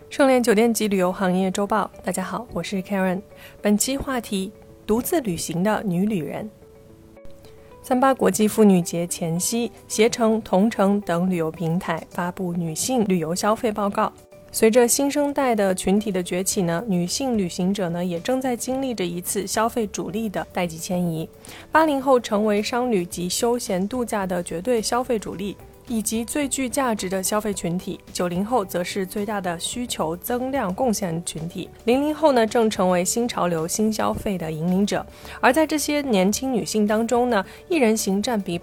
盛联酒店及旅游行业周报，大家好，我是 Karen。本期话题：独自旅行的女旅人。38国际妇女节前夕，携程、同程等旅游平台发布女性旅游消费报告。随着新生代的群体的崛起呢，女性旅行者呢也正在经历着一次消费主力的代际迁移。80后成为商旅及休闲度假的绝对消费主力，以及最具价值的消费群体。90后则是最大的需求增量贡献群体。00后呢正成为新潮流新消费的引领者。而在这些年轻女性当中呢，一人行占比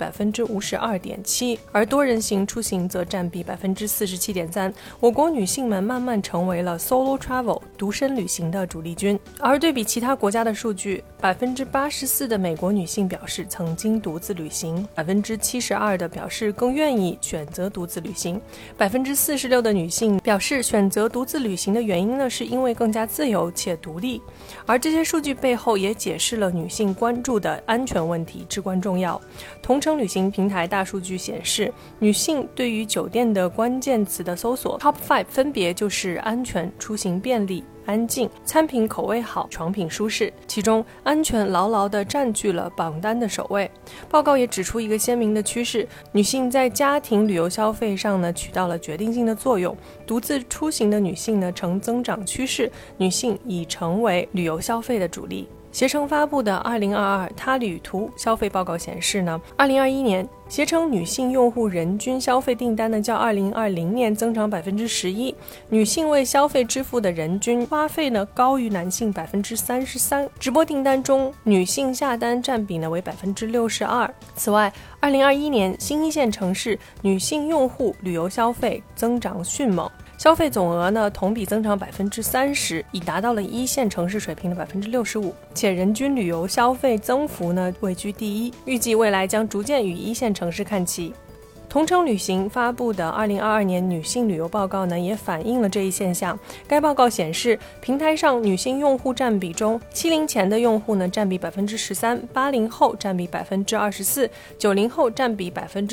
52.7%， 而多人行出行则占比 47.3%。 我国女性们慢慢成为了 solo travel 独身旅行的主力军。而对比其他国家的数据， 84% 的美国女性表示曾经独自旅行， 72% 的表示更愿意选择独自旅行， 46% 的女性表示选择独自旅行的原因呢，是因为更加自由且独立。而这些数据背后也解释了女性关注的安全问题至关重要。同程旅行平台大数据显示，女性对于酒店的关键词的搜索 Top 5分别就是安全、出行便利、安静、餐品口味好、床品舒适，其中安全牢牢地占据了榜单的首位。报告也指出一个鲜明的趋势，女性在家庭旅游消费上呢起到了决定性的作用，独自出行的女性呢呈增长趋势，女性已成为旅游消费的主力。携程发布的2022他旅图消费报告显示呢，2021年携程女性用户人均消费订单呢较2020年增长 11%， 女性为消费支付的人均花费呢高于男性 33%， 直播订单中女性下单占比呢为 62%。 此外2021年新一线城市女性用户旅游消费增长迅猛，消费总额呢同比增长 30%， 已达到了一线城市水平的 65%， 且人均旅游消费增幅呢位居第一，预计未来将逐渐与一线城市看齐。同程旅行发布的2022年女性旅游报告呢，也反映了这一现象。该报告显示，平台上女性用户占比中，70前的用户呢占比 13%， 80后占比 24%， 90后占比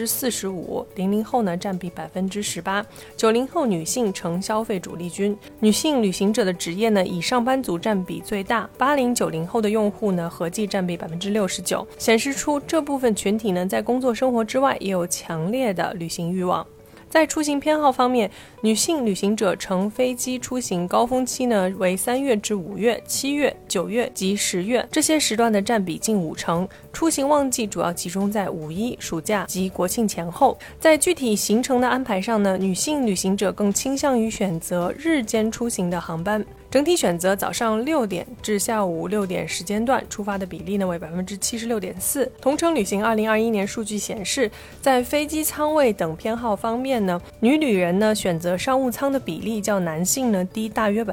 45%， 00后呢占比 18%。 90后女性成消费主力军，女性旅行者的职业呢以上班族占比最大，80、90后的用户呢合计占比 69%， 显示出这部分群体呢在工作生活之外也有强烈的旅行欲望。在出行偏好方面，女性旅行者乘飞机出行高峰期呢为3月至5月、7月、9月及10月，这些时段的占比近50%。出行旺季主要集中在五一、暑假及国庆前后。在具体行程的安排上呢，女性旅行者更倾向于选择日间出行的航班，整体选择早上6点至下午6点时间段出发的比例呢为 76.4%。 同程旅行2021年数据显示，在飞机舱位等偏好方面呢，女旅人呢选择商务舱的比例较男性呢低大约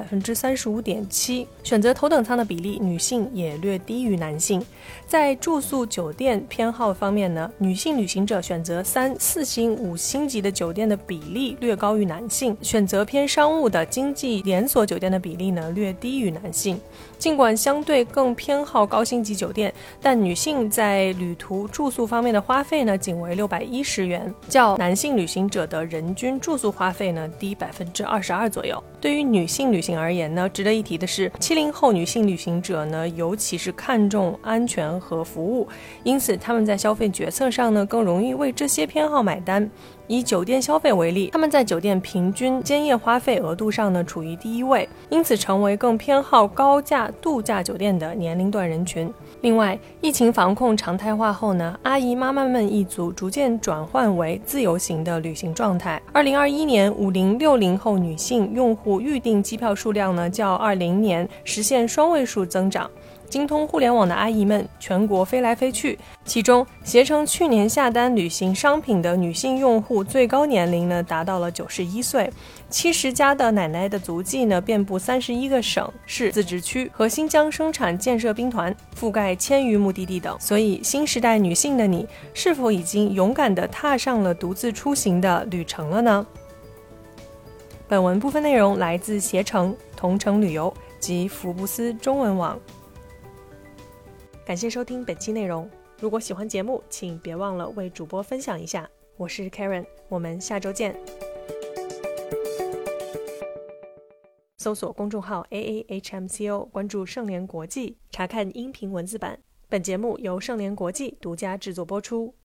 35.7%， 选择头等舱的比例女性也略低于男性。在住宿酒店偏好方面呢，女性旅行者选择3、4星、5星级的酒店的比例略高于男性，选择偏商务的经济连锁酒店的比例呢略低于男性。尽管相对更偏好高星级酒店，但女性在旅途住宿方面的花费呢仅为610元，较男性旅行者的人均住宿花费呢低 22% 左右。对于女性旅行而言呢，值得一提的是，70后女性旅行者呢尤其是看重安全和服务，因此他们在消费决策上呢更容易为这些偏好买单。以酒店消费为例，他们在酒店平均间夜花费额度上呢处于第一位，因此成为更偏好高价度假酒店的年龄段人群。另外，疫情防控常态化后呢，阿姨妈妈们一族逐渐转换为自由行的旅行状态。2021年50、60后女性用户预订机票数量呢较20年实现双位数增长。精通互联网的阿姨们全国飞来飞去，其中携程去年下单旅行商品的女性用户最高年龄呢达到了91岁，70家的奶奶的足迹呢遍布31个省市自治区和新疆生产建设兵团，覆盖1000余目的地等。所以新时代女性的你，是否已经勇敢地踏上了独自出行的旅程了呢？本文部分内容来自携程、同程旅游及福布斯中文网。感谢收听本期内容，如果喜欢节目，请别忘了为主播分享一下。我是 Karen， 我们下周见。 搜索公众号 AAHMCO， 关注盛联国际，查看音频文字版。本节目由盛联国际独家制作播出。